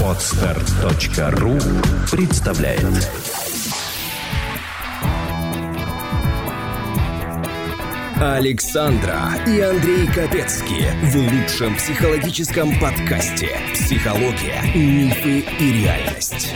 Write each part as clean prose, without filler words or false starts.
Podster.ru представляет. Александра и Андрей Капецки в лучшем психологическом подкасте «Психология, мифы и реальность».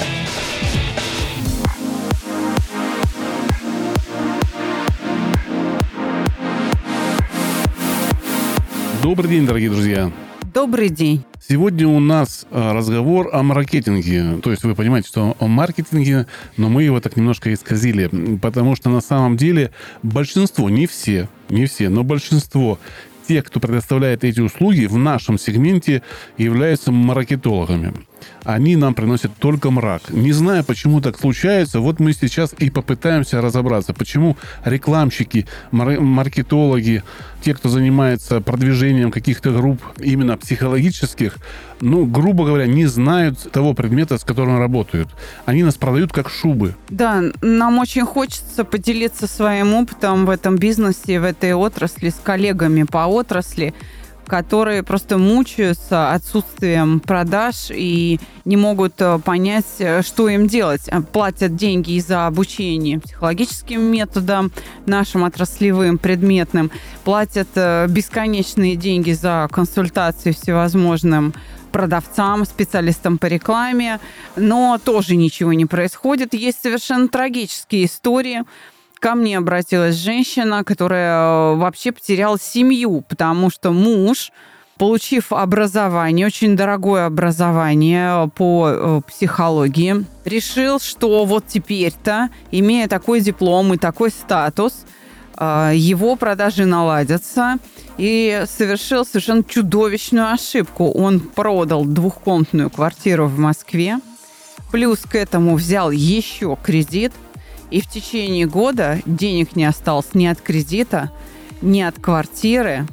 Добрый день, дорогие друзья. Добрый день. Сегодня у нас разговор о маркетинге. То есть вы понимаете, что о маркетинге, но мы его так немножко исказили. Потому что на самом деле большинство, не все, но большинство тех, кто предоставляет эти услуги в нашем сегменте, являются маркетологами. Они нам приносят только мрак. Не знаю, почему так случается, вот мы сейчас и попытаемся разобраться, почему рекламщики, маркетологи, те, кто занимается продвижением каких-то групп именно психологических, грубо говоря, не знают того предмета, с которым работают. Они нас продают как шубы. Да, нам очень хочется поделиться своим опытом в этом бизнесе, в этой отрасли, с коллегами по отрасли, которые просто мучаются отсутствием продаж и не могут понять, что им делать. Платят деньги за обучение психологическим методам, нашим отраслевым, предметным. Платят бесконечные деньги за консультации всевозможным продавцам, специалистам по рекламе, но тоже ничего не происходит. Есть совершенно трагические истории. Ко мне обратилась женщина, которая вообще потеряла семью, потому что муж, получив образование, очень дорогое образование по психологии, решил, что вот теперь-то, имея такой диплом и такой статус, его продажи наладятся, и совершил совершенно чудовищную ошибку. Он продал двухкомнатную квартиру в Москве, плюс к этому взял еще кредит, и в течение года денег не осталось ни от кредита, ни от квартиры.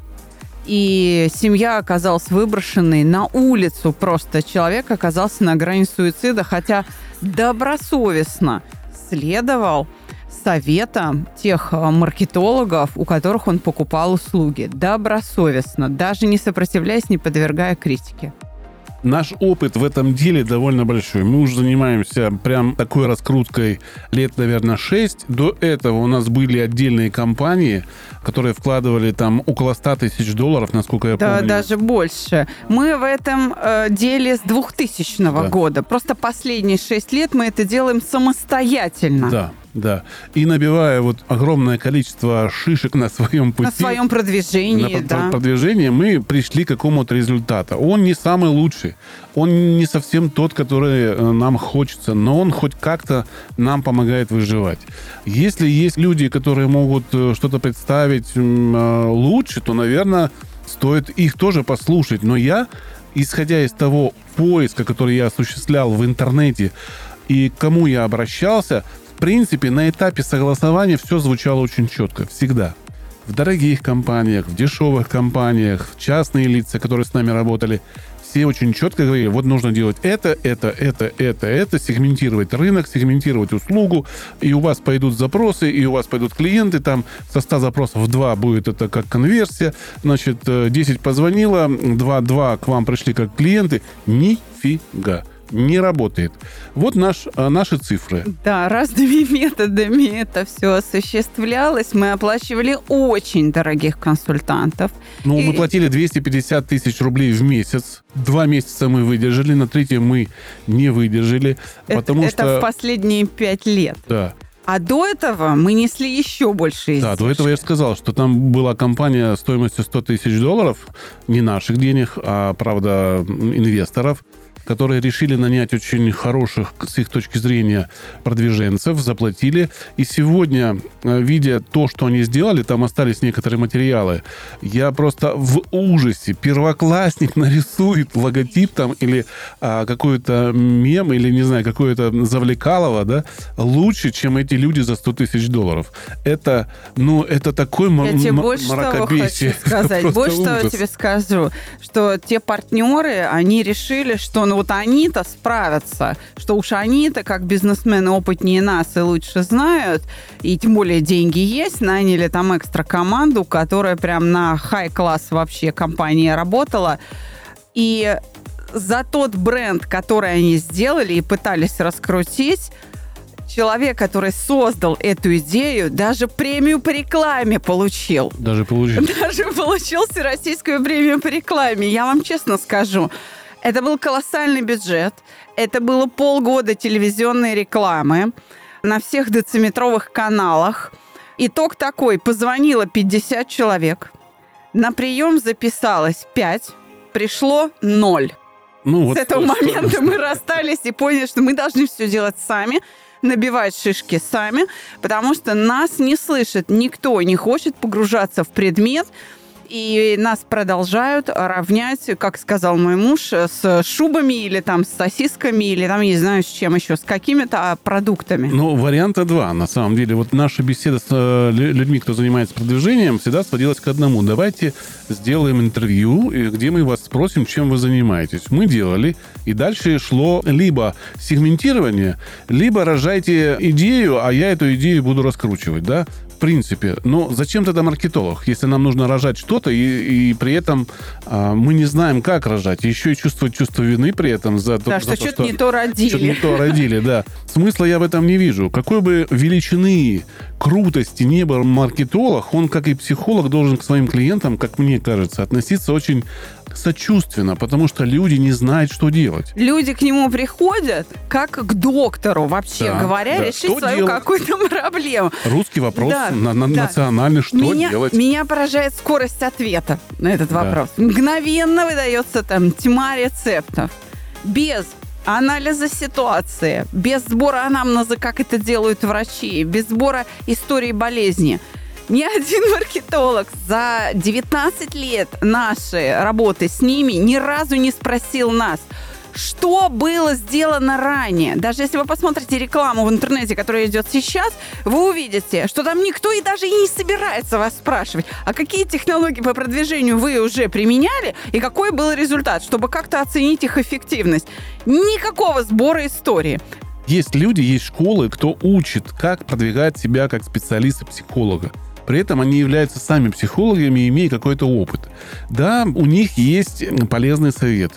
И семья оказалась выброшенной на улицу. Просто человек оказался на грани суицида, хотя добросовестно следовал советам тех маркетологов, у которых он покупал услуги. Добросовестно, даже не сопротивляясь, не подвергая критике. Наш опыт в этом деле довольно большой. Мы уже занимаемся прям такой раскруткой лет, наверное, 6. До этого у нас были отдельные компании, которые вкладывали там около $100 000, насколько я помню. Да, даже больше. Мы в этом деле с 2000 года. Просто последние 6 лет мы это делаем самостоятельно. Да. И набивая вот огромное количество шишек на своем пути. На своем продвижении, продвижении мы пришли к какому-то результату. Он не самый лучший. Он не совсем тот, который нам хочется, но он хоть как-то нам помогает выживать. Если есть люди, которые могут что-то представить лучше, то, наверное, стоит их тоже послушать. Но я, исходя из того поиска, который я осуществлял в интернете, и к кому я обращался, в принципе, на этапе согласования все звучало очень четко. Всегда. В дорогих компаниях, в дешевых компаниях, частные лица, которые с нами работали, все очень четко говорили, вот нужно делать это, сегментировать рынок, сегментировать услугу, и у вас пойдут запросы, и у вас пойдут клиенты, там со 100 запросов 2 будет это как конверсия, 10 позвонило, 2 к вам пришли как клиенты. Нифига. Не работает. Вот наши цифры. Да, разными методами это все осуществлялось. Мы оплачивали очень дорогих консультантов. Мы платили 250 000 рублей в месяц. 2 месяца мы выдержали, на 3-й мы не выдержали. Это в последние 5 лет. Да. А до этого мы несли еще больше издержек. Да, до этого я же сказал, что там была компания стоимостью $100 000, не наших денег, а, правда, инвесторов, которые решили нанять очень хороших, с их точки зрения, продвиженцев, заплатили. И сегодня, видя то, что они сделали, там остались некоторые материалы, я просто в ужасе. Первоклассник нарисует логотип там или какой-то мем, или, не знаю, какое-то завлекалово, да, лучше, чем эти люди за $100 000. Это такой мракобесие. Я тебе больше того хочу сказать. Больше того тебе скажу, что те партнеры, они решили, что вот они-то справятся, что уж они-то, как бизнесмены, опытнее нас и лучше знают, и тем более деньги есть, наняли там экстра команду, которая прям на хай-класс вообще компания работала, и за тот бренд, который они сделали и пытались раскрутить, человек, который создал эту идею, даже премию по рекламе получил. Даже получил Всероссийскую премию по рекламе. Я вам честно скажу, это был колоссальный бюджет, это было полгода телевизионной рекламы на всех дециметровых каналах. Итог такой: позвонило 50 человек, на прием записалось 5, пришло 0. С этого момента мы расстались и поняли, что мы должны все делать сами, набивать шишки сами, потому что нас не слышит, никто не хочет погружаться в предмет, и нас продолжают равнять, как сказал мой муж, с шубами или там с сосисками, или там, не знаю, с чем еще, с какими-то продуктами. Варианта два, на самом деле. Вот наша беседа с людьми, кто занимается продвижением, всегда сводилась к одному. Давайте сделаем интервью, где мы вас спросим, чем вы занимаетесь. Мы делали, и дальше шло либо сегментирование, либо рожайте идею, а я эту идею буду раскручивать, да? В принципе. Но зачем тогда маркетолог, если нам нужно рожать что-то, и при этом мы не знаем, как рожать, еще и чувствовать чувство вины при этом за то, что что-то не то родили. Что-то не то родили, да. Смысла я в этом не вижу. Какой бы величины, крутости не был маркетолог, он, как и психолог, должен к своим клиентам, как мне кажется, относиться очень сочувственно, потому что люди не знают, что делать. Люди к нему приходят как к доктору, вообще говоря, решить что свою какую-то проблему. Русский вопрос национальный, что делать? Меня поражает скорость ответа на этот вопрос. Мгновенно выдается там тьма рецептов. Без анализа ситуации, без сбора анамнеза, как это делают врачи, без сбора истории болезни. Ни один маркетолог за 19 лет нашей работы с ними ни разу не спросил нас, что было сделано ранее. Даже если вы посмотрите рекламу в интернете, которая идет сейчас, вы увидите, что там никто и даже и не собирается вас спрашивать, а какие технологии по продвижению вы уже применяли и какой был результат, чтобы как-то оценить их эффективность. Никакого сбора истории. Есть люди, есть школы, кто учит, как продвигать себя как специалиста-психолога. При этом они являются сами психологами, имея какой-то опыт. Да, у них есть полезные советы.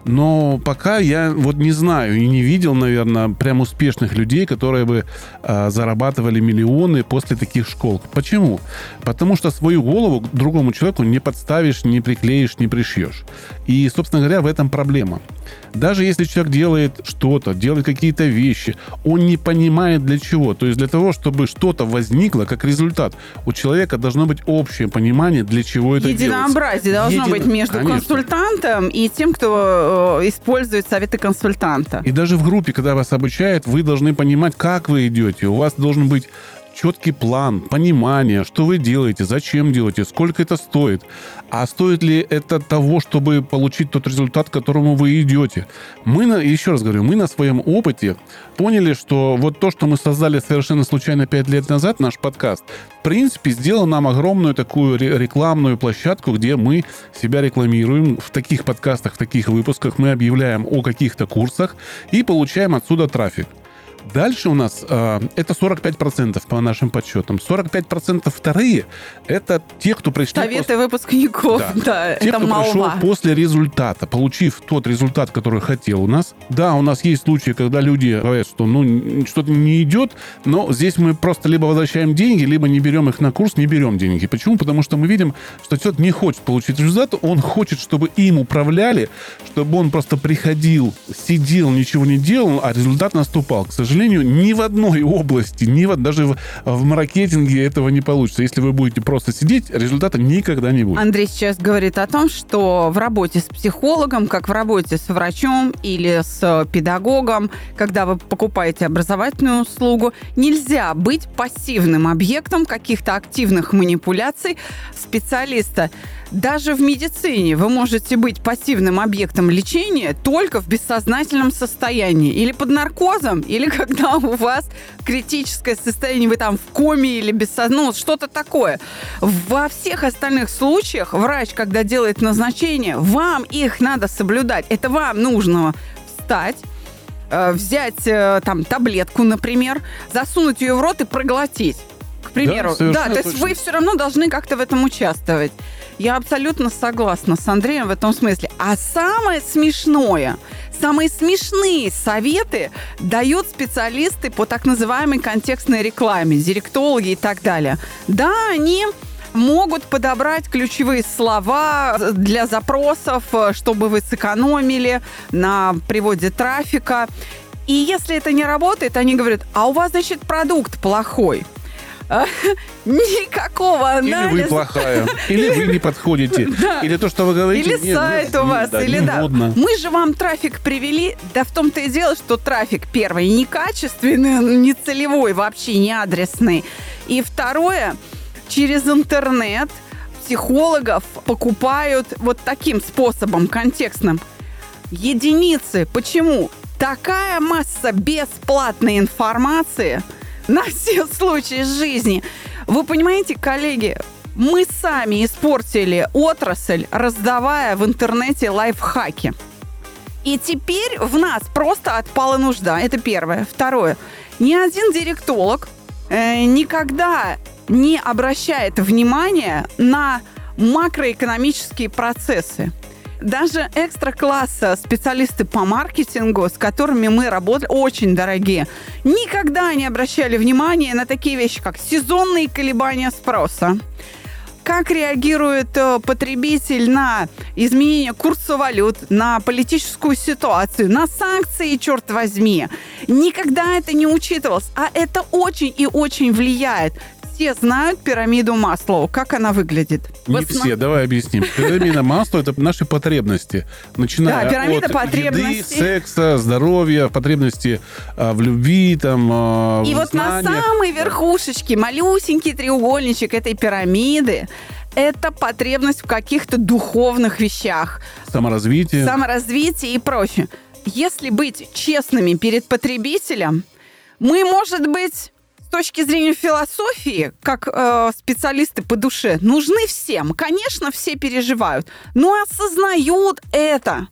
Но пока я не знаю и не видел, наверное, прям успешных людей, которые бы зарабатывали миллионы после таких школ. Почему? Потому что свою голову к другому человеку не подставишь, не приклеишь, не пришьешь. И, собственно говоря, в этом проблема. Даже если человек делает что-то, делает какие-то вещи, он не понимает для чего. То есть для того, чтобы что-то возникло как результат, у человека должно быть общее понимание, для чего это делается. Единообразие должно быть между консультантом и тем, кто использует советы консультанта. И даже в группе, когда вас обучают, вы должны понимать, как вы идете. У вас должен быть четкий план, понимание, что вы делаете, зачем делаете, сколько это стоит. А стоит ли это того, чтобы получить тот результат, к которому вы идете? Еще раз говорю, мы на своем опыте поняли, что вот то, что мы создали совершенно случайно 5 лет назад, наш подкаст, в принципе, сделал нам огромную такую рекламную площадку, где мы себя рекламируем. В таких подкастах, в таких выпусках мы объявляем о каких-то курсах и получаем отсюда трафик. Дальше у нас это 45% по нашим подсчетам. 45% вторые — это те, кто пришли... Советы выпускников, те, это кто молва. пришел после результата, получив тот результат, который хотел у нас. Да, у нас есть случаи, когда люди говорят, что что-то не идет, но здесь мы просто либо возвращаем деньги, либо не берем их на курс, не берем деньги. Почему? Потому что мы видим, что человек не хочет получить результат, он хочет, чтобы им управляли, чтобы он просто приходил, сидел, ничего не делал, а результат наступал. К сожалению, ни в одной области, даже в маркетинге этого не получится. Если вы будете просто сидеть, результата никогда не будет. Андрей сейчас говорит о том, что в работе с психологом, как в работе с врачом или с педагогом, когда вы покупаете образовательную услугу, нельзя быть пассивным объектом каких-то активных манипуляций специалиста. Даже в медицине вы можете быть пассивным объектом лечения только в бессознательном состоянии. Или под наркозом, или когда у вас критическое состояние, вы там в коме или что-то такое. Во всех остальных случаях врач, когда делает назначение, вам их надо соблюдать. Это вам нужно встать, взять таблетку, например, засунуть ее в рот и проглотить. к примеру. Да, то есть вы все равно должны как-то в этом участвовать. Я абсолютно согласна с Андреем в этом смысле. А самое смешное, самые смешные советы дают специалисты по так называемой контекстной рекламе, директологи и так далее. Да, они могут подобрать ключевые слова для запросов, чтобы вы сэкономили на приводе трафика. И если это не работает, они говорят, а у вас, значит, продукт плохой. Никакого анализа. Или вы плохая, или вы не подходите, или то, что вы говорите... Или сайт у вас, или да. Мы же вам трафик привели, да в том-то и дело, что трафик, первый, некачественный, не целевой, вообще не адресный. И второе, через интернет психологов покупают вот таким способом, контекстным. Единицы. Почему? Такая масса бесплатной информации на все случаи жизни. Вы понимаете, коллеги, мы сами испортили отрасль, раздавая в интернете лайфхаки. И теперь в нас просто отпала нужда. Это первое. Второе. Ни один директолог никогда не обращает внимания на макроэкономические процессы. Даже экстра-класса специалисты по маркетингу, с которыми мы работали, очень дорогие, никогда не обращали внимания на такие вещи, как сезонные колебания спроса, как реагирует потребитель на изменение курса валют, на политическую ситуацию, на санкции, черт возьми. Никогда это не учитывалось, а это очень и очень влияет. Все знают пирамиду Маслоу. Как она выглядит? Все, давай объясним. Пирамида Маслоу – это наши потребности. Начиная пирамида от потребностей. еды, секса, здоровья, потребности в любви, там, и вот знаниях. На самой верхушечке, малюсенький треугольничек этой пирамиды – это потребность в каких-то духовных вещах. Саморазвитие и прочее. Если быть честными перед потребителем, мы, может быть, с точки зрения философии, как специалисты по душе, нужны всем. Конечно, все переживают, но осознают это.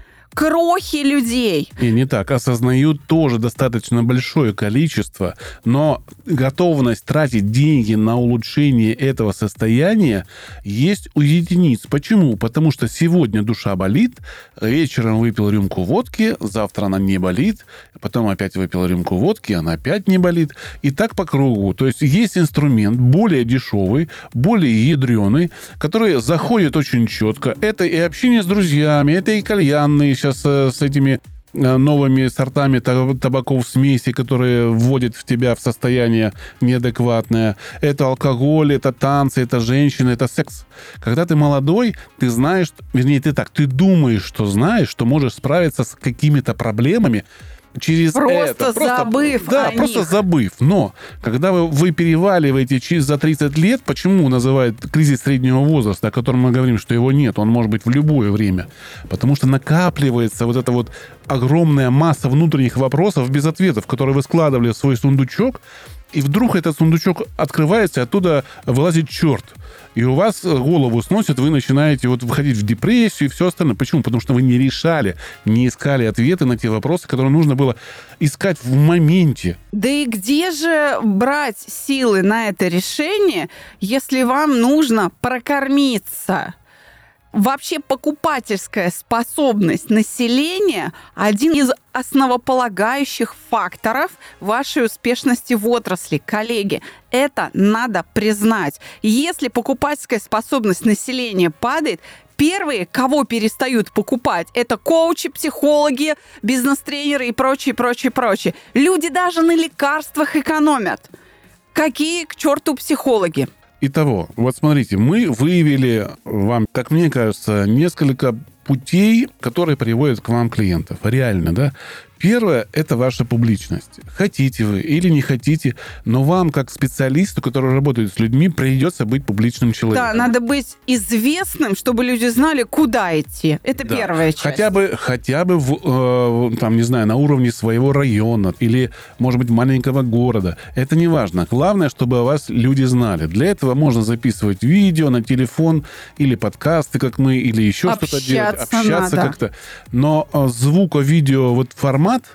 Крохи людей. Не так. Осознают тоже достаточно большое количество, но готовность тратить деньги на улучшение этого состояния есть у единиц. Почему? Потому что сегодня душа болит, вечером выпил рюмку водки, завтра она не болит, потом опять выпил рюмку водки, она опять не болит. И так по кругу. То есть есть инструмент более дешевый, более ядреный, который заходит очень четко. Это и общение с друзьями, это и кальянные сейчас с этими новыми сортами табаков смеси, которые вводят в тебя в состояние неадекватное. Это алкоголь, это танцы, это женщины, это секс. Когда ты молодой, ты знаешь, вернее, ты думаешь, что знаешь, что можешь справиться с какими-то проблемами, через просто забыв да, о просто них. забыв. Но когда вы переваливаете за 30 лет, почему называют кризис среднего возраста, о котором мы говорим, что его нет, он может быть в любое время? Потому что накапливается вот эта вот огромная масса внутренних вопросов без ответов, которые вы складывали в свой сундучок, и вдруг этот сундучок открывается, и оттуда вылазит черт. И у вас голову сносит, вы начинаете вот выходить в депрессию и все остальное. Почему? Потому что вы не решали, не искали ответы на те вопросы, которые нужно было искать в моменте. Да и где же брать силы на это решение, если вам нужно прокормиться? Вообще покупательская способность населения – один из основополагающих факторов вашей успешности в отрасли. Коллеги, это надо признать. Если покупательская способность населения падает, первые, кого перестают покупать, это коучи, психологи, бизнес-тренеры и прочее, прочее, прочее. Люди даже на лекарствах экономят. Какие к черту психологи? Итого, вот смотрите, мы выявили вам, как мне кажется, несколько путей, которые приводят к вам клиентов. Реально, да? Первое – это ваша публичность. Хотите вы или не хотите, но вам, как специалисту, который работает с людьми, придется быть публичным человеком. Да, надо быть известным, чтобы люди знали, куда идти. Это первая часть. Хотя бы там, не знаю, на уровне своего района или, может быть, маленького города. Это не важно. Главное, чтобы о вас люди знали. Для этого можно записывать видео на телефон или подкасты, как мы, или еще что-то делать. Общаться надо. Как-то. Но звуко-видео вот формат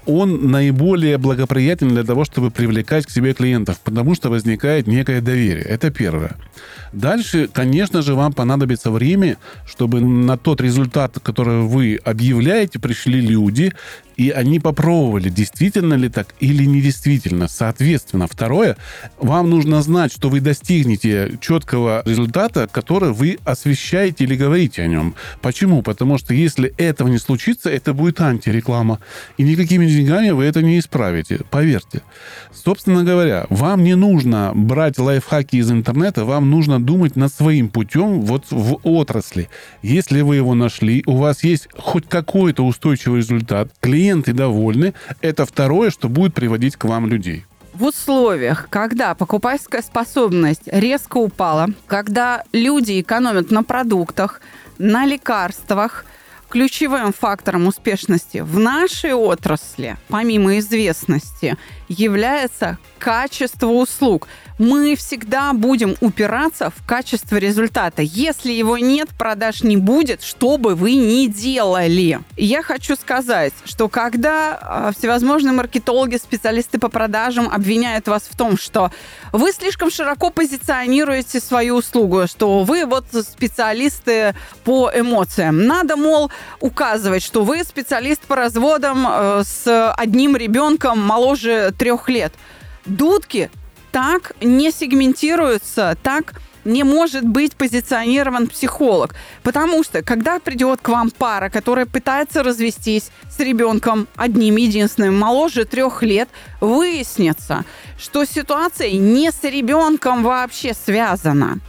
он наиболее благоприятен для того, чтобы привлекать к себе клиентов, потому что возникает некое доверие. Это первое. Дальше, конечно же, вам понадобится время, чтобы на тот результат, который вы объявляете, пришли люди, и они попробовали, действительно ли так или не действительно. Соответственно, второе, вам нужно знать, что вы достигнете четкого результата, который вы освещаете или говорите о нем. Почему? Потому что если этого не случится, это будет антиреклама. И никакими деньгами вы это не исправите. Поверьте. Собственно говоря, вам не нужно брать лайфхаки из интернета, вам нужно думать над своим путем вот в отрасли. Если вы его нашли, у вас есть хоть какой-то устойчивый результат, клиенты довольны, это второе, что будет приводить к вам людей. В условиях, когда покупательская способность резко упала, когда люди экономят на продуктах, на лекарствах, ключевым фактором успешности в нашей отрасли, помимо известности, является качество услуг. Мы всегда будем упираться в качество результата. Если его нет, продаж не будет, что бы вы ни делали. Я хочу сказать, что когда всевозможные маркетологи, специалисты по продажам обвиняют вас в том, что вы слишком широко позиционируете свою услугу, что вы вот специалисты по эмоциям. Надо, мол, указывать, что вы специалист по разводам с одним ребенком моложе 3 лет. Дудки так не сегментируются, так не может быть позиционирован психолог. Потому что, когда придет к вам пара, которая пытается развестись с ребенком одним единственным моложе 3 лет, выяснится, что ситуация не с ребенком вообще связана.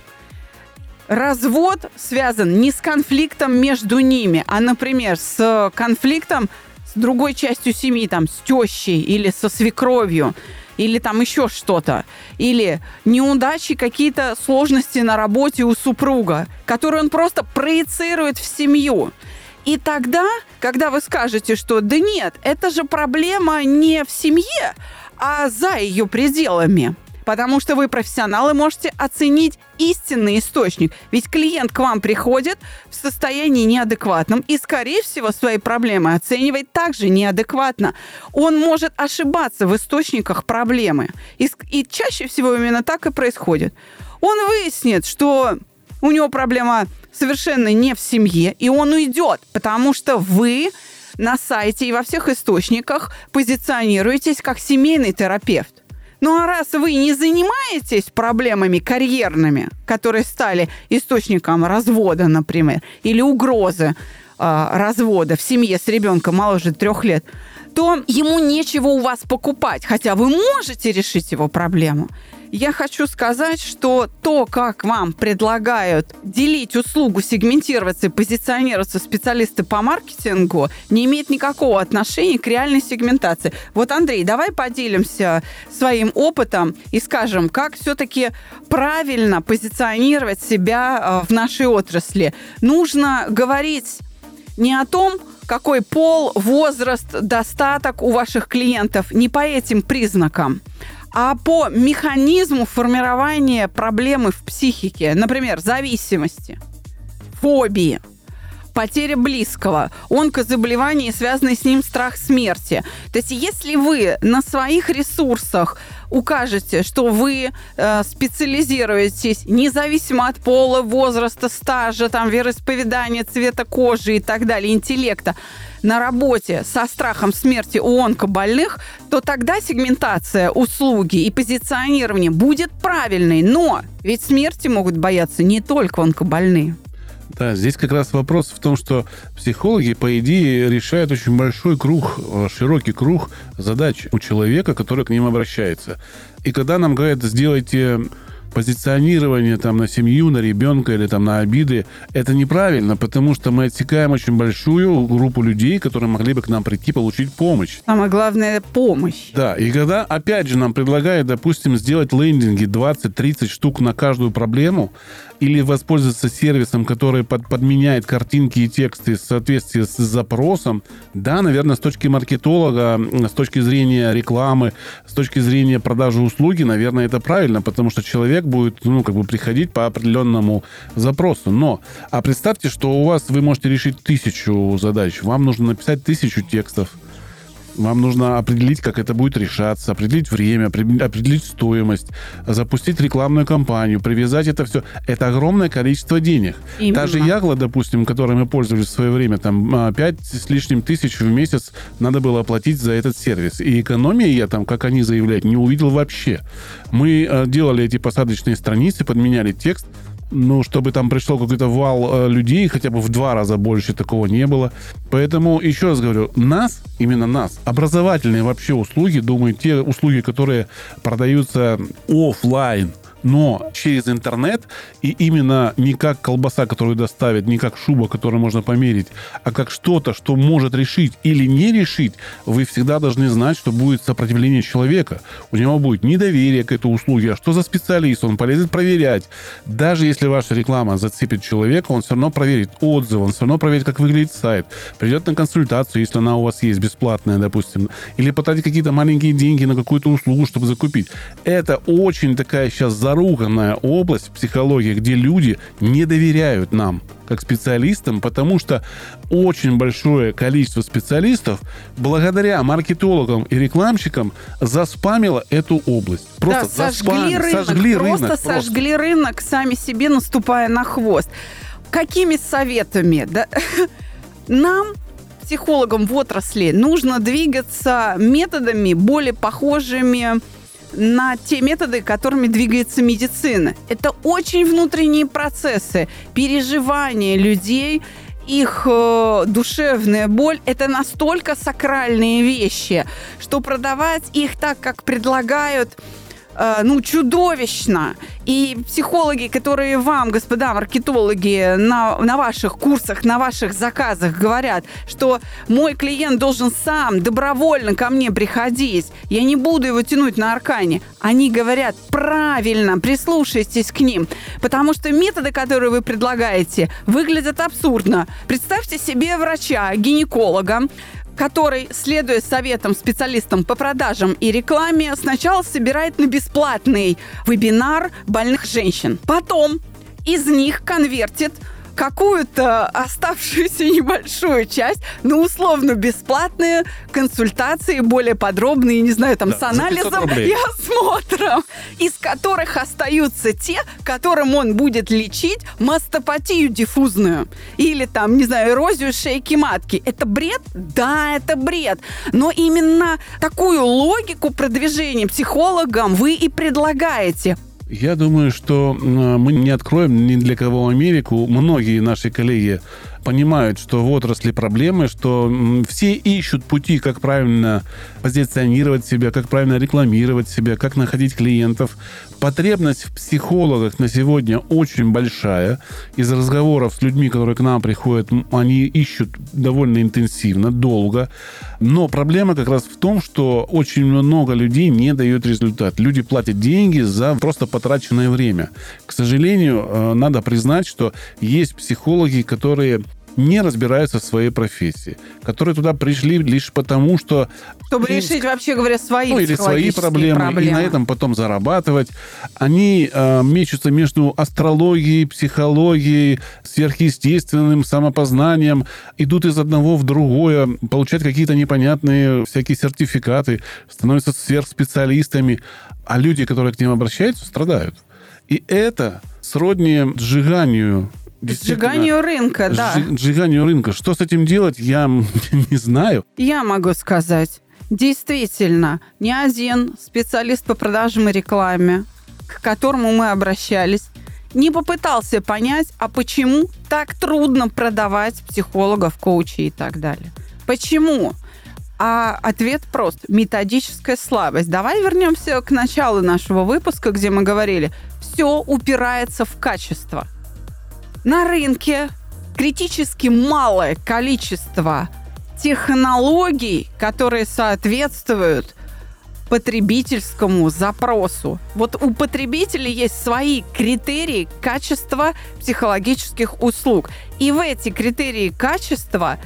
Развод связан не с конфликтом между ними, а, например, с конфликтом с другой частью семьи, там, с тещей или со свекровью, или там еще что-то, или неудачи, какие-то сложности на работе у супруга, которые он просто проецирует в семью. И тогда, когда вы скажете, что да нет, это же проблема не в семье, а за ее пределами, потому что вы профессионалы, можете оценить истинный источник. Ведь клиент к вам приходит в состоянии неадекватном и, скорее всего, свои проблемы оценивает также неадекватно. Он может ошибаться в источниках проблемы. И чаще всего именно так и происходит. Он выяснит, что у него проблема совершенно не в семье, и он уйдет, потому что вы на сайте и во всех источниках позиционируетесь как семейный терапевт. Ну а раз вы не занимаетесь проблемами карьерными, которые стали источником развода, например, или угрозы развода в семье с ребенком моложе 3 лет, то ему нечего у вас покупать, хотя вы можете решить его проблему. Я хочу сказать, что то, как вам предлагают делить услугу, сегментироваться и позиционироваться специалисты по маркетингу, не имеет никакого отношения к реальной сегментации. Вот, Андрей, давай поделимся своим опытом и скажем, как все-таки правильно позиционировать себя в нашей отрасли. Нужно говорить не о том, какой пол, возраст, достаток у ваших клиентов, не по этим признакам, а по механизму формирования проблемы в психике. Например, зависимости, фобии, потеря близкого, онкозаболевания и связанный с ним страх смерти. То есть если вы на своих ресурсах укажете, что вы специализируетесь независимо от пола, возраста, стажа, там, вероисповедания, цвета кожи и так далее, интеллекта, на работе со страхом смерти у онкобольных, то тогда сегментация услуги и позиционирование будет правильной. Но ведь смерти могут бояться не только онкобольные. Да, здесь как раз вопрос в том, что психологи, по идее, решают очень большой круг, широкий круг задач у человека, который к ним обращается. И когда нам говорят, сделайте позиционирование там, на семью, на ребенка или там, на обиды, это неправильно, потому что мы отсекаем очень большую группу людей, которые могли бы к нам прийти получить помощь. Самое главное – помощь. Да, и когда, опять же, нам предлагают, допустим, сделать лендинги 20-30 штук на каждую проблему, или воспользоваться сервисом, который подменяет картинки и тексты в соответствии с запросом, да, наверное, с точки маркетолога, с точки зрения рекламы, с точки зрения продажи услуги, наверное, это правильно, потому что человек будет, приходить по определенному запросу. Но, а представьте, что у вас вы можете решить 1000 задач, вам нужно написать 1000 текстов. Вам нужно определить, как это будет решаться, определить время, определить стоимость, запустить рекламную кампанию, привязать это все. Это огромное количество денег. Именно. Та же Ягла, допустим, которой мы пользовались в свое время, там 5 с лишним тысяч в месяц надо было оплатить за этот сервис. И экономии я там, как они заявляют, не увидел вообще. Мы делали эти посадочные страницы, подменяли текст, чтобы там пришло какой-то вал людей, хотя бы в 2 раза больше, такого не было. Поэтому, еще раз говорю, именно нас, образовательные вообще услуги, думаю, те услуги, которые продаются офлайн, но через интернет, и именно не как колбаса, которую доставят, не как шуба, которую можно померить, а как что-то, что может решить или не решить, вы всегда должны знать, что будет сопротивление человека. У него будет недоверие к этой услуге. А что за специалист? Он полезет проверять. Даже если ваша реклама зацепит человека, он все равно проверит отзывы, он все равно проверит, как выглядит сайт, придет на консультацию, если она у вас есть, бесплатная, допустим, или потратит какие-то маленькие деньги на какую-то услугу, чтобы закупить. Это очень такая сейчас заруганная область психологии, где люди не доверяют нам, как специалистам, потому что очень большое количество специалистов благодаря маркетологам и рекламщикам заспамило эту область. Просто сожгли рынок. Сожгли рынок, сами себе наступая на хвост. Какими советами? Нам, психологам в отрасли, нужно двигаться методами, более похожими на те методы, которыми двигается медицина. Это очень внутренние процессы, переживания людей, их душевная боль. Это настолько сакральные вещи, что продавать их так, как предлагают, чудовищно. И психологи, которые вам, господа маркетологи, на ваших курсах, на ваших заказах говорят, что мой клиент должен сам добровольно ко мне приходить, я не буду его тянуть на аркане. Они говорят правильно, прислушайтесь к ним. Потому что методы, которые вы предлагаете, выглядят абсурдно. Представьте себе врача, гинеколога, который, следуя советам специалистам по продажам и рекламе, сначала собирает на бесплатный вебинар больных женщин. Потом из них конвертит какую-то оставшуюся небольшую часть на условно бесплатные консультации, более подробные, не знаю, с анализом и осмотром, из которых остаются те, которым он будет лечить мастопатию диффузную или эрозию шейки матки. Это бред? Да, это бред. Но именно такую логику продвижения психологам вы и предлагаете. Я думаю, что мы не откроем ни для кого Америку. Многие наши коллеги понимают, что в отрасли проблемы, что все ищут пути, как правильно позиционировать себя, как правильно рекламировать себя, как находить клиентов. Потребность в психологах на сегодня очень большая. Из разговоров с людьми, которые к нам приходят, они ищут довольно интенсивно, долго. Но проблема как раз в том, что очень много людей не дают результат. Люди платят деньги за просто потраченное время. К сожалению, надо признать, что есть психологи, которые не разбираются в своей профессии, которые туда пришли лишь потому, что... Чтобы решить, вообще говоря, свои или свои проблемы, и на этом потом зарабатывать. Они мечутся между астрологией, психологией, сверхъестественным самопознанием, идут из одного в другое, получают какие-то непонятные всякие сертификаты, становятся сверхспециалистами, а люди, которые к ним обращаются, страдают. И это сродни сжиганию рынка, да. Сжиганию рынка. Что с этим делать, я не знаю. Я могу сказать. Действительно, ни один специалист по продажам и рекламе, к которому мы обращались, не попытался понять, а почему так трудно продавать психологов, коучей и так далее. Почему? А ответ прост. Методическая слабость. Давай вернемся к началу нашего выпуска, где мы говорили, все упирается в качество. На рынке критически малое количество технологий, которые соответствуют потребительскому запросу. Вот у потребителей есть свои критерии качества психологических услуг. И в эти критерии качества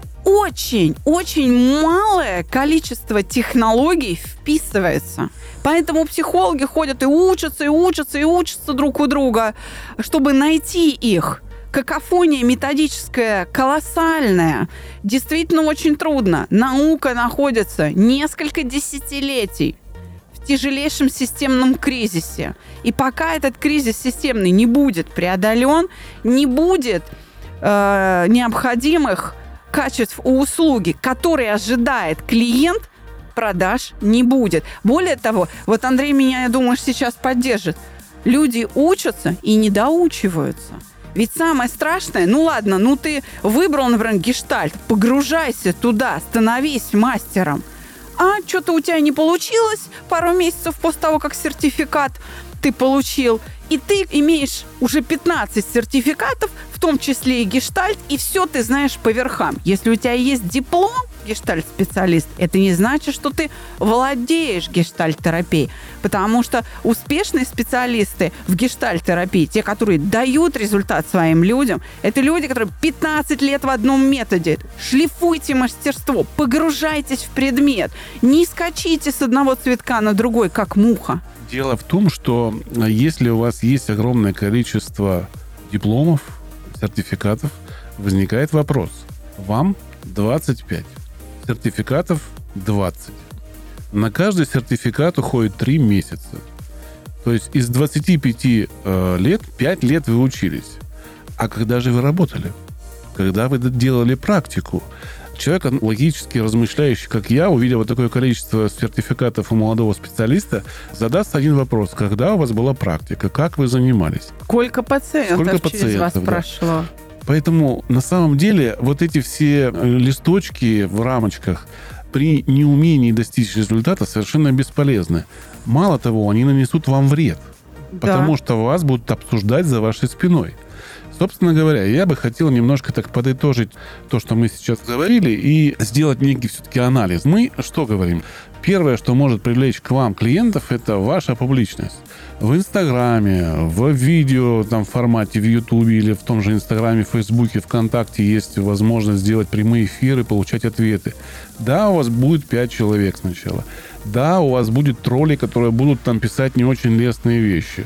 очень малое количество технологий вписывается. Поэтому психологи ходят и учатся друг у друга, чтобы найти их. какофония методическая колоссальная. Действительно очень трудно. Наука находится несколько десятилетий в тяжелейшем системном кризисе. И пока этот кризис системный не будет преодолен, не будет необходимых качеств у услуги, которые ожидает клиент, продаж не будет. Более того, вот Андрей меня, я думаю, сейчас поддержит. Люди учатся и не доучиваются. Ведь самое страшное, ну ладно, ну ты выбрал, например, гештальт, погружайся туда, становись мастером. А что-то у тебя не получилось пару месяцев после того, как сертификат ты получил, и ты имеешь уже 15 сертификатов, в том числе и гештальт, и все ты знаешь по верхам. Если у тебя есть диплом гештальт-специалист, это не значит, что ты владеешь гештальт-терапией, потому что успешные специалисты в гештальт-терапии, те, которые дают результат своим людям, это люди, которые 15 лет в одном методе. Шлифуйте мастерство, погружайтесь в предмет, не скачите с одного цветка на другой, как муха. Дело в том, что если у вас есть огромное количество дипломов, сертификатов, возникает вопрос. Вам 25, сертификатов 20. На каждый сертификат уходит 3 месяца. То есть из 25 лет 5 лет вы учились. А когда же вы работали? Когда вы делали практику? Человек, логически размышляющий, как я, увидев вот такое количество сертификатов у молодого специалиста, задаст один вопрос. Когда у вас была практика? Как вы занимались? Сколько пациентов через вас прошло? Поэтому на самом деле вот эти все листочки в рамочках при неумении достичь результата совершенно бесполезны. Мало того, они нанесут вам вред, потому что вас будут обсуждать за вашей спиной. Собственно говоря, я бы хотел немножко так подытожить то, что мы сейчас говорили, и сделать некий все-таки анализ. Мы что говорим? Первое, что может привлечь к вам клиентов, это ваша публичность. В Инстаграме, в видео там, формате, в Ютубе или в том же Инстаграме, Фейсбуке, ВКонтакте есть возможность сделать прямые эфиры, получать ответы. Да, у вас будет 5 человек сначала. Да, у вас будет тролли, которые будут там писать не очень лестные вещи.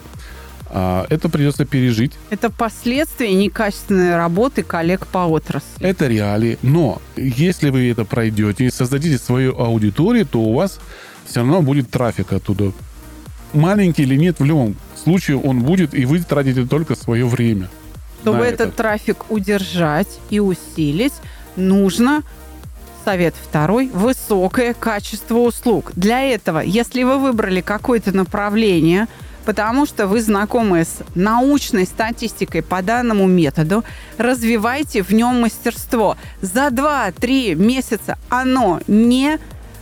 Это придется пережить. Это последствия некачественной работы коллег по отрасли. Это реалии. Но если вы это пройдете и создадите свою аудиторию, то у вас все равно будет трафик оттуда. Маленький или нет, в любом случае он будет, и вы тратите только свое время. Чтобы этот трафик удержать и усилить, нужно, совет второй, высокое качество услуг. Для этого, если вы выбрали какое-то направление, потому что вы знакомы с научной статистикой по данному методу, развивайте в нем мастерство. За 2-3 месяца оно не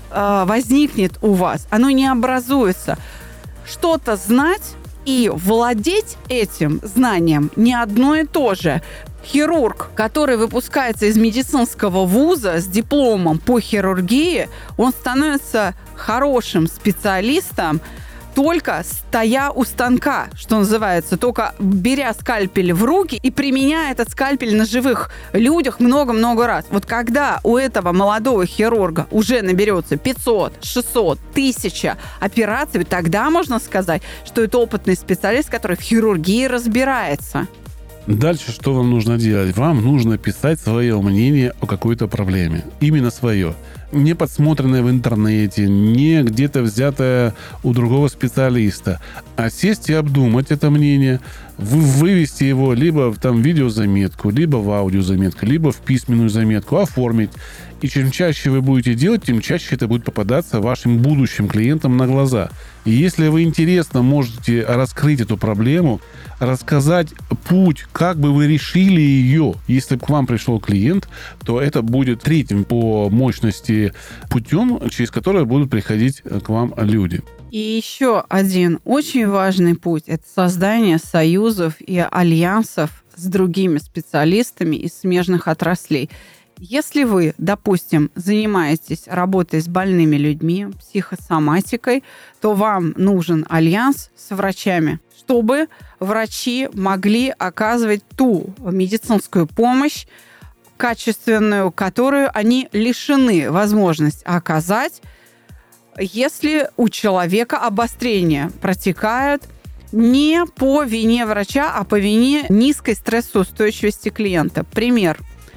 возникнет у вас, оно не образуется. Что-то знать и владеть этим знанием не одно и то же. Хирург, который выпускается из медицинского вуза с дипломом по хирургии, он становится хорошим специалистом, только стоя у станка, что называется, только беря скальпель в руки и применяя этот скальпель на живых людях много-много раз. Вот когда у этого молодого хирурга уже наберется 500, 600, 1000 операций, тогда можно сказать, что это опытный специалист, который в хирургии разбирается. Дальше что вам нужно делать? Вам нужно писать свое мнение о какой-то проблеме. Именно свое. Не подсмотренное в интернете, не где-то взятое у другого специалиста, а сесть и обдумать это мнение, вывести его либо в там видеозаметку, либо в аудиозаметку, либо в письменную заметку, оформить. И чем чаще вы будете делать, тем чаще это будет попадаться вашим будущим клиентам на глаза. И если вы интересно можете раскрыть эту проблему, рассказать путь, как бы вы решили ее. Если бы к вам пришел клиент, то это будет третьим по мощности путем, через который будут приходить к вам люди. И еще один очень важный путь – это создание союзов и альянсов с другими специалистами из смежных отраслей. Если вы, допустим, занимаетесь работой с больными людьми, психосоматикой, то вам нужен альянс с врачами, чтобы врачи могли оказывать ту медицинскую помощь, качественную, которую они лишены возможности оказать, если у человека обострение протекает Не по вине врача, а по вине низкой стрессоустойчивости клиента. Пример.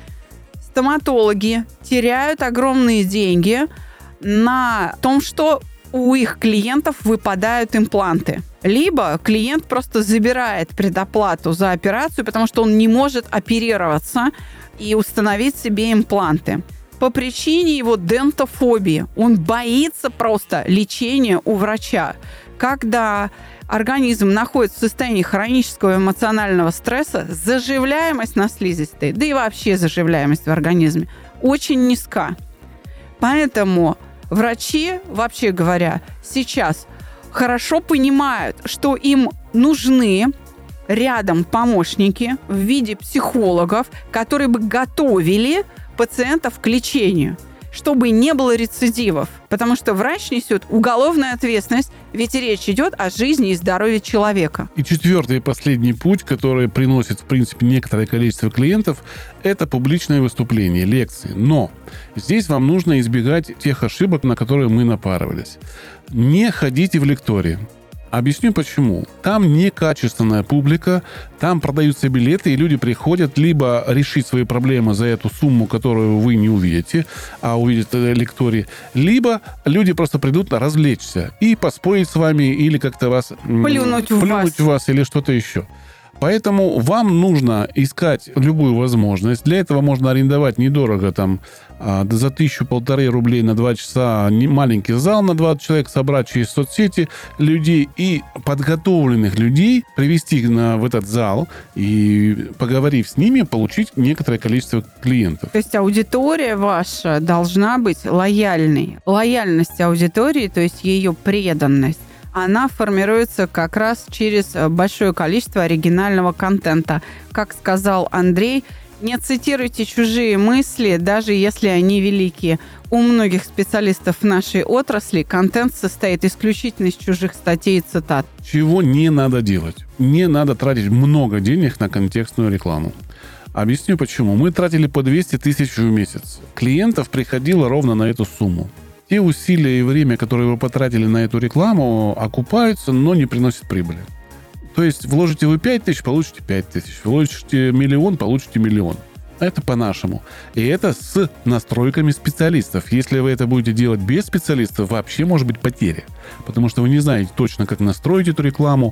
Стоматологи теряют огромные деньги на том, что у их клиентов выпадают импланты. Либо клиент просто забирает предоплату за операцию, потому что он не может оперироваться и установить себе импланты. По причине его дентофобии. Он боится просто лечения у врача. Когда организм находится в состоянии хронического эмоционального стресса, заживляемость на слизистой, да и вообще заживляемость в организме, очень низка. Поэтому врачи, вообще говоря, сейчас хорошо понимают, что им нужны рядом помощники в виде психологов, которые бы готовили пациентов к лечению, чтобы не было рецидивов. Потому что врач несет уголовную ответственность, ведь речь идет о жизни и здоровье человека. И четвертый и последний путь, который приносит, в принципе, некоторое количество клиентов, это публичное выступление, лекции. Но здесь вам нужно избегать тех ошибок, на которые мы напарывались. Не ходите в лектории. Объясню почему. Там некачественная публика, там продаются билеты, и люди приходят либо решить свои проблемы за эту сумму, которую вы не увидите, а увидят лектории, либо люди просто придут развлечься и поспорить с вами, или как-то вас... Плюнуть в вас или что-то еще. Поэтому вам нужно искать любую возможность. Для этого можно арендовать недорого, там, за 1000-1500 рублей на 2 часа маленький зал на 20 человек, собрать через соцсети людей и подготовленных людей привести в этот зал и, поговорив с ними, получить некоторое количество клиентов. То есть аудитория ваша должна быть лояльной. Лояльность аудитории, то есть ее преданность, она формируется как раз через большое количество оригинального контента. Как сказал Андрей, не цитируйте чужие мысли, даже если они великие. У многих специалистов в нашей отрасли контент состоит исключительно из чужих статей и цитат. Чего не надо делать? Не надо тратить много денег на контекстную рекламу. Объясню почему. Мы тратили по 200 тысяч в месяц. Клиентов приходило ровно на эту сумму. Те усилия и время, которые вы потратили на эту рекламу, окупаются, но не приносят прибыли. То есть вложите вы 5 тысяч, получите 5 тысяч. Вложите миллион, получите миллион. Это по-нашему. И это с настройками специалистов. Если вы это будете делать без специалистов, вообще может быть потеря. Потому что вы не знаете точно, как настроить эту рекламу.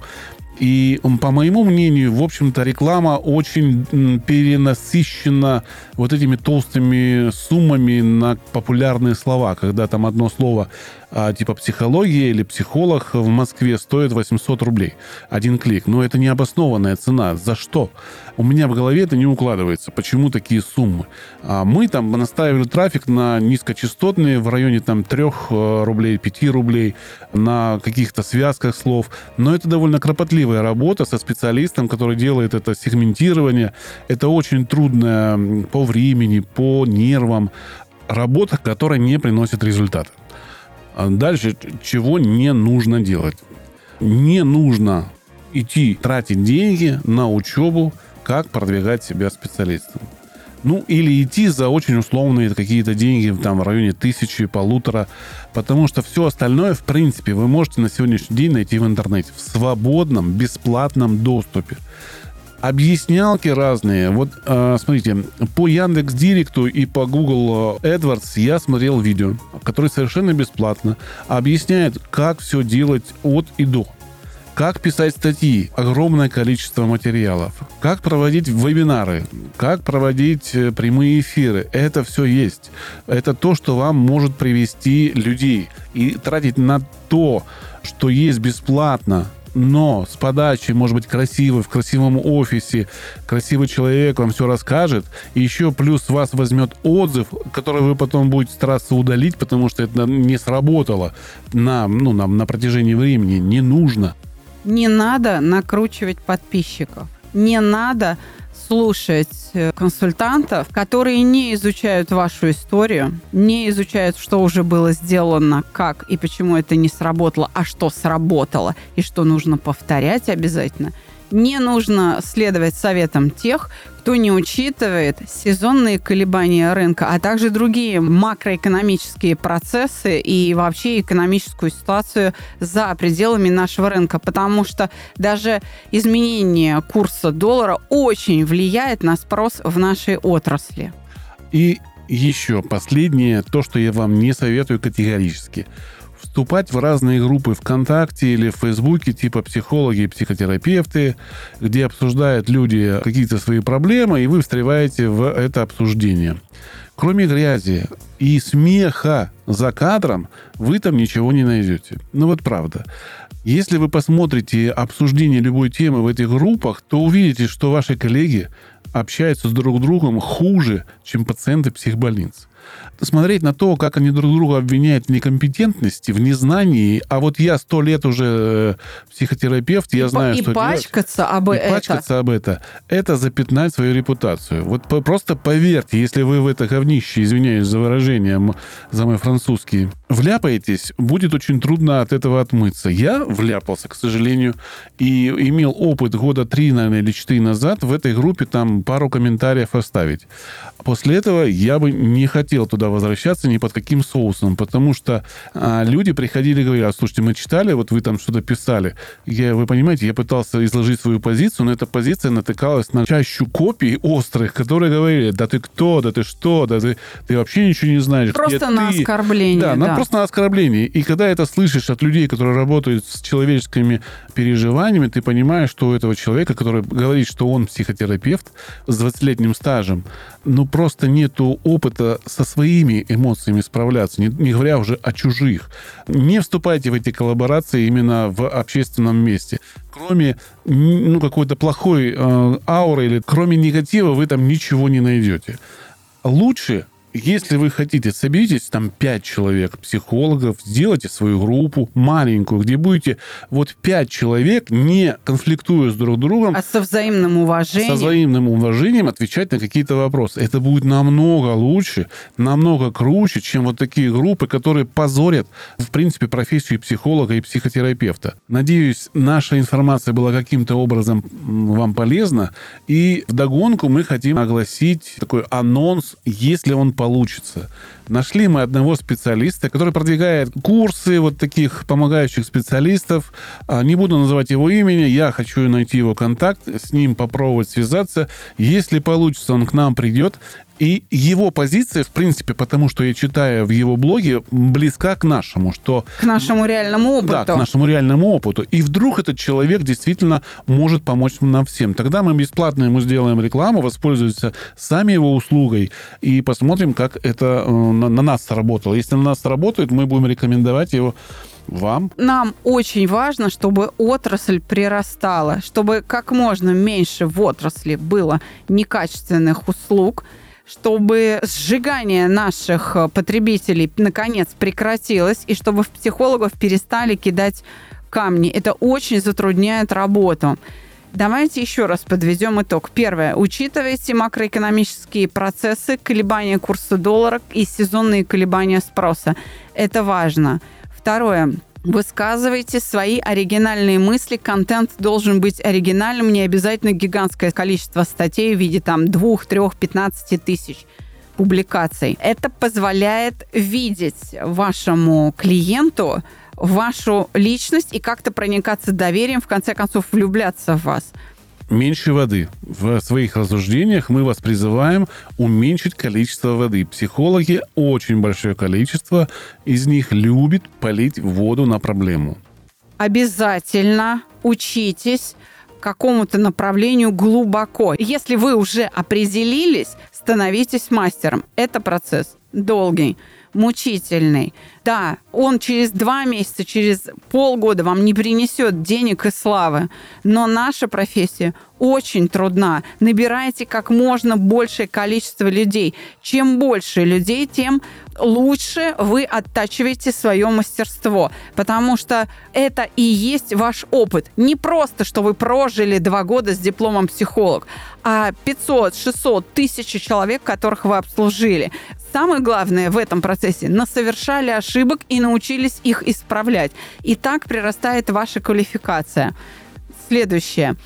И, по моему мнению, в общем-то, реклама очень перенасыщена вот этими толстыми суммами на популярные слова, когда там одно слово типа психология или психолог в Москве стоит 800 рублей. Один клик. Но это необоснованная цена. За что? У меня в голове это не укладывается. Почему такие суммы? Мы там наставили трафик на низкочастотные в районе там 3 рублей, 5 рублей на каких-то связках слов. Но это довольно кропотливая работа со специалистом, который делает это сегментирование. Это очень трудная по времени, по нервам работа, которая не приносит результата. Дальше, чего не нужно делать? Не нужно идти тратить деньги на учебу, как продвигать себя специалистом. Или идти за очень условные какие-то деньги, там, в районе 1000, 1500, потому что все остальное, в принципе, вы можете на сегодняшний день найти в интернете, в свободном, бесплатном доступе. Объяснялки разные. Вот, смотрите, по Яндекс.Директу и по Google AdWords я смотрел видео, которое совершенно бесплатно объясняет, как все делать от и до. Как писать статьи, огромное количество материалов. Как проводить вебинары, как проводить прямые эфиры. Это все есть. Это то, что вам может привести людей. И тратить на то, что есть бесплатно, но с подачей, может быть, красивой, в красивом офисе, красивый человек вам все расскажет, и еще плюс вас возьмет отзыв, который вы потом будете стараться удалить, потому что это не сработало на протяжении времени. Не нужно. Не надо накручивать подписчиков. Не надо слушать консультантов, которые не изучают вашу историю, не изучают, что уже было сделано, как и почему это не сработало, а что сработало, и что нужно повторять обязательно. Не нужно следовать советам тех, кто не учитывает сезонные колебания рынка, а также другие макроэкономические процессы и вообще экономическую ситуацию за пределами нашего рынка, потому что даже изменение курса доллара очень влияет на спрос в нашей отрасли. И еще последнее, то, что я вам не советую категорически. Вступать в разные группы ВКонтакте или в Фейсбуке, типа психологи и психотерапевты, где обсуждают люди какие-то свои проблемы, и вы встреваете в это обсуждение. Кроме грязи и смеха за кадром, вы там ничего не найдете. Ну вот правда. Если вы посмотрите обсуждение любой темы в этих группах, то увидите, что ваши коллеги общаются с друг другом хуже, чем пациенты психбольниц. Смотреть на то, как они друг друга обвиняют в некомпетентности, в незнании, а вот я 100 лет уже психотерапевт, я знаю, что делать. И пачкаться об этом. Это запятнать свою репутацию. Вот просто поверьте, если вы в это говнище, извиняюсь за выражение, за мой французский, вляпаетесь, будет очень трудно от этого отмыться. Я вляпался, к сожалению, и имел опыт года 3, наверное, или 4 назад в этой группе там пару комментариев оставить. После этого я бы не хотел туда возвращаться ни под каким соусом, потому что люди приходили и говорили: слушайте, мы читали, вот вы там что-то писали. Вы понимаете, я пытался изложить свою позицию, но эта позиция натыкалась на чащу копий острых, которые говорили: да ты кто, да ты что, да ты вообще ничего не знаешь. Просто на оскорбление. Да, просто на оскорбление. И когда это слышишь от людей, которые работают с человеческими переживаниями, ты понимаешь, что у этого человека, который говорит, что он психотерапевт с 20-летним стажем, ну просто нету опыта со своими эмоциями справляться, не говоря уже о чужих. Не вступайте в эти коллаборации именно в общественном месте. Кроме какой-то плохой ауры или кроме негатива вы там ничего не найдете. Лучше, если вы хотите, соберитесь там 5 человек, психологов, сделайте свою группу маленькую, где будете 5 человек, не конфликтуя с друг другом, а со взаимным уважением. Со взаимным уважением отвечать на какие-то вопросы. Это будет намного лучше, намного круче, чем вот такие группы, которые позорят, в принципе, профессию психолога и психотерапевта. Надеюсь, наша информация была каким-то образом вам полезна. И вдогонку мы хотим огласить такой анонс, если он получится. Нашли мы одного специалиста, который продвигает курсы вот таких помогающих специалистов. Не буду называть его имени, я хочу найти его контакт, с ним попробовать связаться. Если получится, он к нам придет. И его позиция, в принципе, потому что я читаю в его блоге, близка к нашему, что... К нашему реальному опыту. Да, к нашему реальному опыту. И вдруг этот человек действительно может помочь нам всем. Тогда мы бесплатно ему сделаем рекламу, воспользуемся сами его услугой и посмотрим, как это на нас сработало. Если на нас сработает, мы будем рекомендовать его вам. Нам очень важно, чтобы отрасль прирастала, чтобы как можно меньше в отрасли было некачественных услуг, чтобы сжигание наших потребителей наконец прекратилось, и чтобы в психологов перестали кидать камни. Это очень затрудняет работу. Давайте еще раз подведем итог. Первое. Учитывайте макроэкономические процессы, колебания курса доллара и сезонные колебания спроса. Это важно. Второе. Высказывайте свои оригинальные мысли. Контент должен быть оригинальным. Не обязательно гигантское количество статей в виде 2, 3, 15 тысяч публикаций. Это позволяет видеть вашему клиенту вашу личность и как-то проникаться доверием, в конце концов, влюбляться в вас. Меньше воды. В своих рассуждениях мы вас призываем уменьшить количество воды. Психологи, очень большое количество из них любят полить воду на проблему. Обязательно учитесь какому-то направлению глубоко. Если вы уже определились, становитесь мастером. Это процесс долгий, мучительный. Да, он через 2 месяца, через полгода вам не принесет денег и славы, но наша профессия очень трудна. Набирайте как можно большее количество людей. Чем больше людей, тем лучше вы оттачиваете свое мастерство, потому что это и есть ваш опыт. Не просто, что вы прожили 2 года с дипломом психолог, а 500, 600, 1000 человек, которых вы обслужили. Самое главное в этом процессе – насовершали ошибок и научились их исправлять. И так прирастает ваша квалификация. Следующее.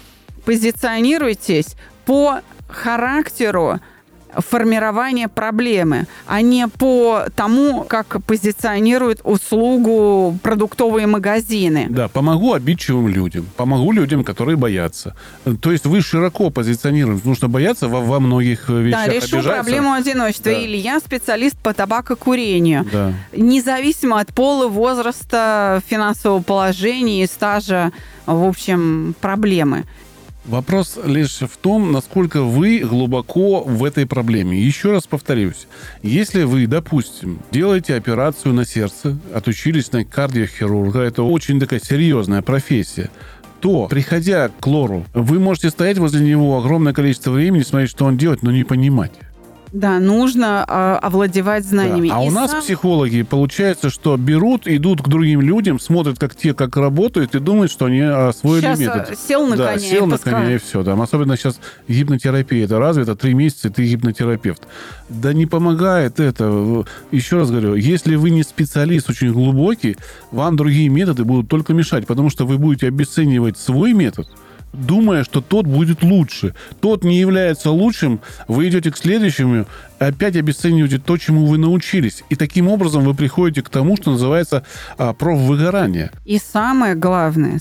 позиционируйтесь по характеру формирования проблемы, а не по тому, как позиционируют услугу продуктовые магазины. Да, помогу обидчивым людям, помогу людям, которые боятся. То есть вы широко позиционируете, потому что бояться во многих вещах. Да, решу проблему одиночества. Да. Или я специалист по табакокурению. Да. Независимо от пола, возраста, финансового положения и стажа, в общем, проблемы. Вопрос лишь в том, насколько вы глубоко в этой проблеме. Еще раз повторюсь, если вы, допустим, делаете операцию на сердце, отучились на кардиохирурга, это очень такая серьезная профессия, то, приходя к лору, вы можете стоять возле него огромное количество времени, смотреть, что он делает, но не понимать. Да, нужно овладевать знаниями. Да. А у нас психологи, получается, что берут, идут к другим людям, смотрят, как те, как работают, и думают, что они освоили метод. Сейчас сел на коня. Сел на коня, и все. Да. Особенно сейчас гипнотерапия это развита, 3 месяца, и ты гипнотерапевт. Да не помогает это. Еще раз говорю, если вы не специалист очень глубокий, вам другие методы будут только мешать, потому что вы будете обесценивать свой метод, думая, что тот будет лучше. Тот не является лучшим, вы идете к следующему, опять обесцениваете то, чему вы научились. И таким образом вы приходите к тому, что называется профвыгорание. И самое главное,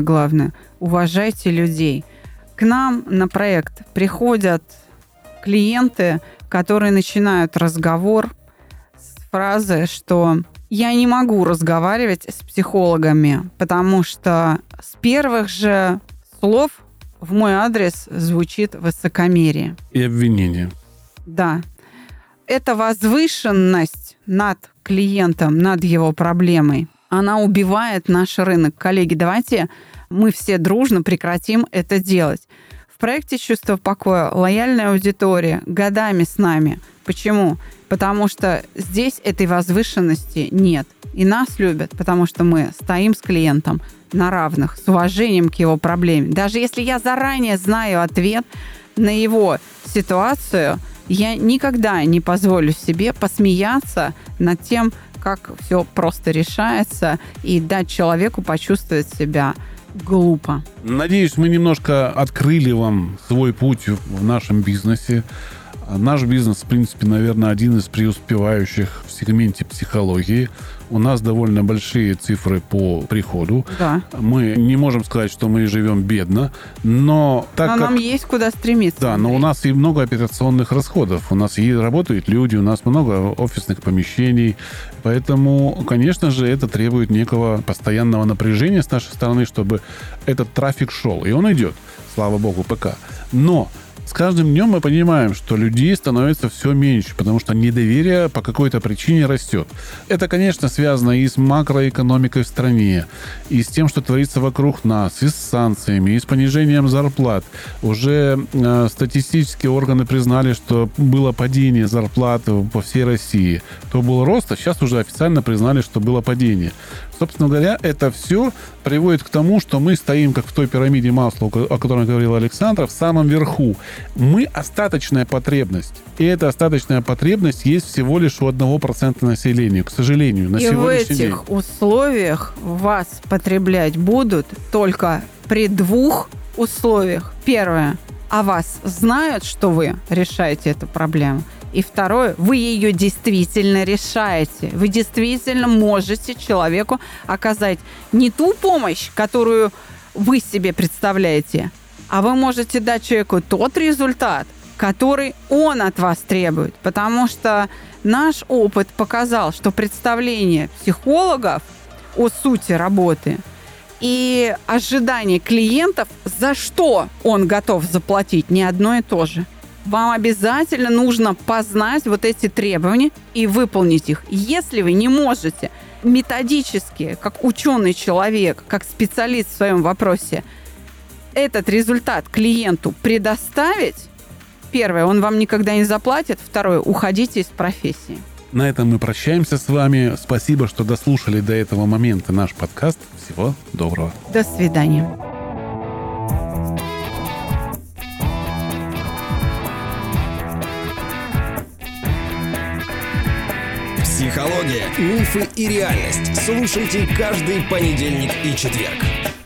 уважайте людей. К нам на проект приходят клиенты, которые начинают разговор с фразы, что я не могу разговаривать с психологами, потому что с первых же слов в мой адрес звучит высокомерие. И обвинение. Да. Эта возвышенность над клиентом, над его проблемой, она убивает наш рынок. Коллеги, давайте мы все дружно прекратим это делать. В проекте «Чувство покоя» лояльная аудитория годами с нами. Почему? Потому что здесь этой возвышенности нет. И нас любят, потому что мы стоим с клиентом на равных, с уважением к его проблеме. Даже если я заранее знаю ответ на его ситуацию, я никогда не позволю себе посмеяться над тем, как все просто решается, и дать человеку почувствовать себя глупо. Надеюсь, мы немножко открыли вам свой путь в нашем бизнесе. Наш бизнес, в принципе, наверное, один из преуспевающих в сегменте психологии. У нас довольно большие цифры по приходу. Да. Мы не можем сказать, что мы живем бедно, но нам есть куда стремиться. Да, но у нас и много операционных расходов. У нас и работают люди, у нас много офисных помещений. Поэтому, конечно же, это требует некого постоянного напряжения с нашей стороны, чтобы этот трафик шел. И он идет, слава богу, ПК. Но с каждым днем мы понимаем, что людей становится все меньше, потому что недоверие по какой-то причине растет. Это, конечно, связано и с макроэкономикой в стране, и с тем, что творится вокруг нас, и с санкциями, и с понижением зарплат. Уже статистические органы признали, что было падение зарплат по всей России. То был рост, а сейчас уже официально признали, что было падение. Собственно говоря, это все приводит к тому, что мы стоим, как в той пирамиде Маслоу, о которой говорил Александр, в самом верху. Мы остаточная потребность. И эта остаточная потребность есть всего лишь у 1% населения, к сожалению, на сегодняшний день. И в этих условиях вас потреблять будут только при 2 условиях. Первое. О вас знают, что вы решаете эту проблему. И второе, вы ее действительно решаете. Вы действительно можете человеку оказать не ту помощь, которую вы себе представляете, а вы можете дать человеку тот результат, который он от вас требует. Потому что наш опыт показал, что представление психологов о сути работы и ожидания клиентов, за что он готов заплатить, не одно и то же. Вам обязательно нужно познать вот эти требования и выполнить их. Если вы не можете методически, как ученый человек, как специалист в своем вопросе, этот результат клиенту предоставить, первое, он вам никогда не заплатит, второе, уходите из профессии. На этом мы прощаемся с вами. Спасибо, что дослушали до этого момента наш подкаст. Всего доброго. До свидания. Психология, мифы и реальность. Слушайте каждый понедельник и четверг.